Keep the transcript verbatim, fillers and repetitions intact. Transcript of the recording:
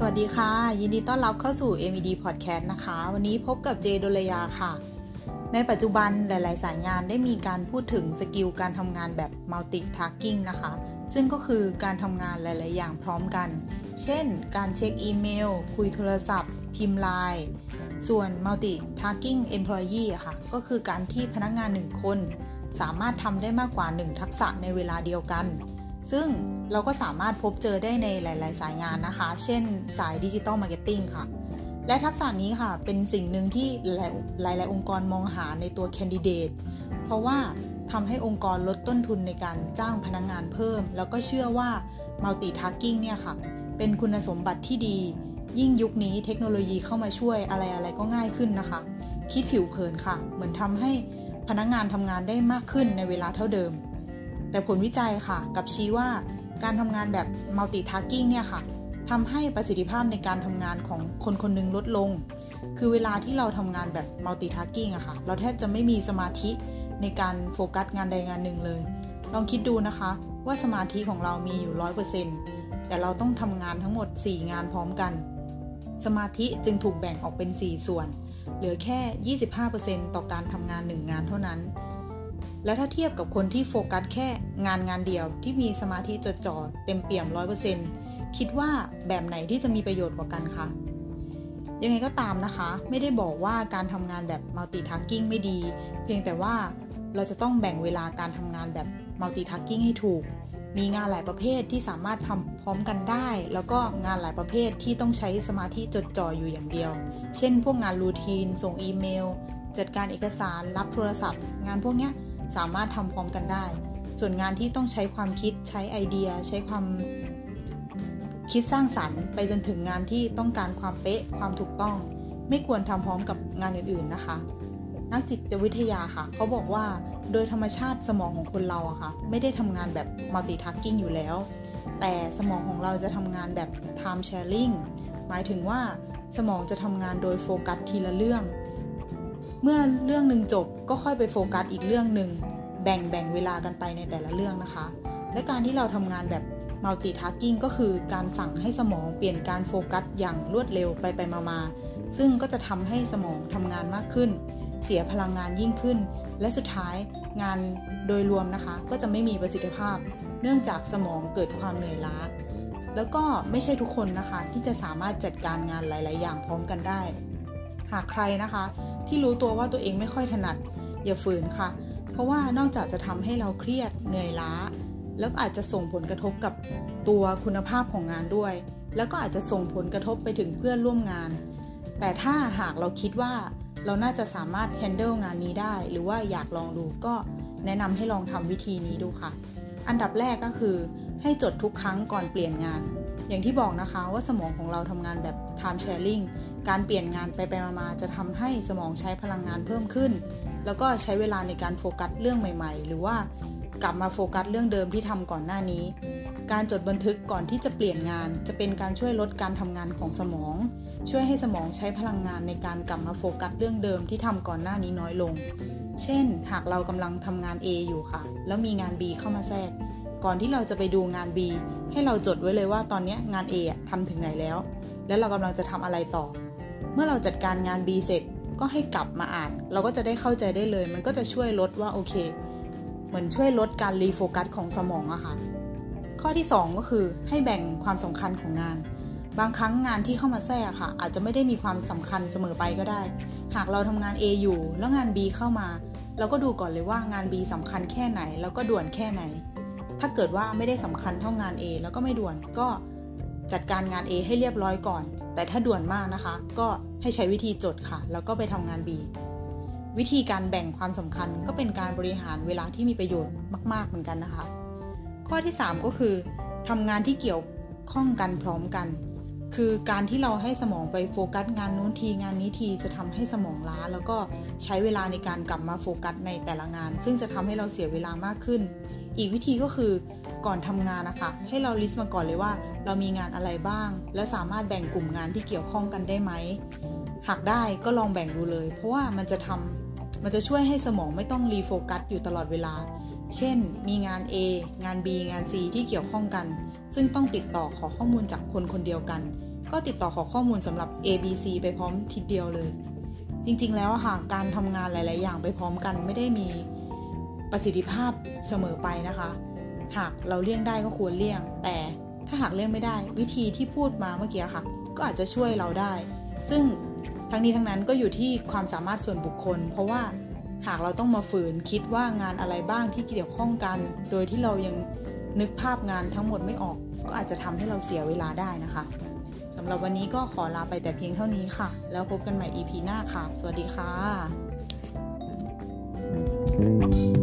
วัสดีค่ะยินดีต้อนรับเข้าสู่ เอ็ม อี ดี Podcast นะคะวันนี้พบกับเจดลยาค่ะในปัจจุบันหลายๆสายงานได้มีการพูดถึงสกิลการทำงานแบบ Multitasking นะคะซึ่งก็คือการทำงานหลายๆอย่างพร้อมกันเช่นการเช็คอีเมลคุยโทรศัพท์พิมพ์ไลน์ส่วน Multitasking Employee อะค่ะก็คือการที่พนักงานหนึ่งคนสามารถทำได้มากกว่าหนึ่งทักษะในเวลาเดียวกันซึ่งเราก็สามารถพบเจอได้ในหลายๆสายงานนะคะเช่นสายดิจิทัลมาร์เก็ตติ้งค่ะและทักษะนี้ค่ะเป็นสิ่งหนึ่งที่หลายๆองค์กรมองหาในตัวแคนดิเดตเพราะว่าทำให้องค์กรลดต้นทุนในการจ้างพนักงานเพิ่มแล้วก็เชื่อว่า Multitasking เนี่ยค่ะเป็นคุณสมบัติที่ดียิ่งยุคนี้เทคโนโลยีเข้ามาช่วยอะไรๆก็ง่ายขึ้นนะคะคิดผิวเผินค่ะเหมือนทำให้พนักงานทำงานได้มากขึ้นในเวลาเท่าเดิมแต่ผลวิจัยค่ะกับชี้ว่าการทำงานแบบ Multitasking เนี่ยค่ะทำให้ประสิทธิภาพในการทำงานของคนคนหนึ่งลดลงคือเวลาที่เราทำงานแบบ Multitasking อะค่ะเราแทบจะไม่มีสมาธิในการโฟกัสงานใดงานหนึ่งเลยลองคิดดูนะคะว่าสมาธิของเรามีอยู่ ร้อยเปอร์เซ็นต์ แต่เราต้องทำงานทั้งหมดสี่งานพร้อมกันสมาธิจึงถูกแบ่งออกเป็นสี่ส่วนเหลือแค่ ยี่สิบห้าเปอร์เซ็นต์ ต่อการทำงานหนึ่งงานเท่านั้นและถ้าเทียบกับคนที่โฟกัสแค่งานงานเดียวที่มีสมาธิจดจ่อเต็มเปี่ยม ร้อยเปอร์เซ็นต์ คิดว่าแบบไหนที่จะมีประโยชน์กว่ากันคะยังไงก็ตามนะคะไม่ได้บอกว่าการทำงานแบบ Multitasking ไม่ดีเพียงแต่ว่าเราจะต้องแบ่งเวลาการทำงานแบบ Multitasking ให้ถูกมีงานหลายประเภทที่สามารถทำพร้อมกันได้แล้วก็งานหลายประเภทที่ต้องใช้สมาธิจดจ่ออยู่อย่างเดียวเช่นพวกงานรูทีนส่งอีเมลจัดการเอกสารรับโทรศัพท์งานพวกนี้สามารถทำพร้อมกันได้ส่วนงานที่ต้องใช้ความคิดใช้ไอเดียใช้ความคิดสร้างสรรค์ไปจนถึงงานที่ต้องการความเป๊ะความถูกต้องไม่ควรทำพร้อมกับงานอื่นๆนะคะนักจิตวิทยาค่ะเขาบอกว่าโดยธรรมชาติสมองของคนเราอะค่ะไม่ได้ทำงานแบบ Multitasking อยู่แล้วแต่สมองของเราจะทำงานแบบ Time Sharing หมายถึงว่าสมองจะทำงานโดยโฟกัสทีละเรื่องเมื่อเรื่องหนึ่งจบก็ค่อยไปโฟกัสอีกเรื่องหนึ่งแบ่งแบ่งเวลากันไปในแต่ละเรื่องนะคะและการที่เราทำงานแบบ Multitasking ก็คือการสั่งให้สมองเปลี่ยนการโฟกัสอย่างรวดเร็วไปไปมาๆซึ่งก็จะทำให้สมองทำงานมากขึ้นเสียพลังงานยิ่งขึ้นและสุดท้ายงานโดยรวมนะคะก็จะไม่มีประสิทธิภาพเนื่องจากสมองเกิดความเหนื่อยล้าแล้วก็ไม่ใช่ทุกคนนะคะที่จะสามารถจัดการงานหลายๆอย่างพร้อมกันได้หากใครนะคะที่รู้ตัวว่าตัวเองไม่ค่อยถนัดอย่าฝืนค่ะเพราะว่านอกจากจะทำให้เราเครียดเหนื่อยล้าแล้วอาจจะส่งผลกระทบกับตัวคุณภาพของงานด้วยแล้วก็อาจจะส่งผลกระทบไปถึงเพื่อนร่วมงานแต่ถ้าหากเราคิดว่าเราน่าจะสามารถ handle งานนี้ได้หรือว่าอยากลองดูก็แนะนำให้ลองทำวิธีนี้ดูค่ะอันดับแรกก็คือให้จดทุกครั้งก่อนเปลี่ยนงานอย่างที่บอกนะคะว่าสมองของเราทำงานแบบ time sharing การเปลี่ยนงานไปไปมาๆจะทำให้สมองใช้พลังงานเพิ่มขึ้นแล้วก็ใช้เวลาในการโฟกัสเรื่องใหม่ๆหรือว่ากลับมาโฟกัสเรื่องเดิมที่ทำก่อนหน้านี้การจดบันทึกก่อนที่จะเปลี่ยนงานจะเป็นการช่วยลดการทำงานของสมองช่วยให้สมองใช้พลังงานในการกลับมาโฟกัสเรื่องเดิมที่ทำก่อนหน้านี้น้อยลงเช่นหากเรากำลังทำงาน A อยู่ค่ะแล้วมีงาน B เข้ามาแทรกก่อนที่เราจะไปดูงาน B ให้เราจดไว้เลยว่าตอนนี้งาน A ทำถึงไหนแล้วแล้วเรากำลังจะทำอะไรต่อเมื่อเราจัดการงาน B เสร็จก็ให้กลับมาอ่านเราก็จะได้เข้าใจได้เลยมันก็จะช่วยลดว่าโอเคเหมือนช่วยลดการรีโฟกัสของสมองอะค่ะข้อที่สองก็คือให้แบ่งความสำคัญของงานบางครั้งงานที่เข้ามาแทรกค่ะอาจจะไม่ได้มีความสำคัญเสมอไปก็ได้หากเราทำงาน A อยู่แล้วงาน B เข้ามาเราก็ดูก่อนเลยว่างาน B สำคัญแค่ไหนแล้วก็ด่วนแค่ไหนถ้าเกิดว่าไม่ได้สำคัญเท่างาน A แล้วก็ไม่ด่วนก็จัดการงาน A ให้เรียบร้อยก่อนแต่ถ้าด่วนมากนะคะก็ให้ใช้วิธีจดค่ะแล้วก็ไปทำงาน B วิธีการแบ่งความสำคัญก็เป็นการบริหารเวลาที่มีประโยชน์มากๆเหมือนกันนะคะข้อที่สามก็คือทำงานที่เกี่ยวข้องกันพร้อมกันคือการที่เราให้สมองไปโฟกัสงานนู้นทีงานนี้ทีจะทำให้สมองล้าแล้วก็ใช้เวลาในการกลับมาโฟกัสในแต่ละงานซึ่งจะทำให้เราเสียเวลามากขึ้นอีกวิธีก็คือก่อนทำงานนะคะให้เราลิสต์มาก่อนเลยว่าเรามีงานอะไรบ้างและสามารถแบ่งกลุ่มงานที่เกี่ยวข้องกันได้ไหมหากได้ก็ลองแบ่งดูเลยเพราะว่ามันจะทำมันจะช่วยให้สมองไม่ต้องรีโฟกัสอยู่ตลอดเวลาเช่นมีงาน A งาน B งาน C ที่เกี่ยวข้องกันซึ่งต้องติดต่อขอข้อมูลจากคนคนเดียวกันก็ติดต่อขอข้อมูลสำหรับ A B C ไปพร้อมทีเดียวเลยจริงๆแล้วค่ะการทำงานหลายๆอย่างไปพร้อมกันไม่ได้มีประสิทธิภาพเสมอไปนะคะหากเราเลี่ยงได้ก็ควรเลี่ยงแต่ถ้าหากเลี่ยงไม่ได้วิธีที่พูดมาเมื่อกี้ค่ะก็อาจจะช่วยเราได้ซึ่งทั้งนี้ทั้งนั้นก็อยู่ที่ความสามารถส่วนบุคคลเพราะว่าหากเราต้องมาฝืนคิดว่างานอะไรบ้างที่เกี่ยวข้องกันโดยที่เรายังนึกภาพงานทั้งหมดไม่ออกก็อาจจะทำให้เราเสียเวลาได้นะคะสำหรับวันนี้ก็ขอลาไปแต่เพียงเท่านี้ค่ะแล้วพบกันใหม่ อี พี หน้าค่ะสวัสดีค่ะ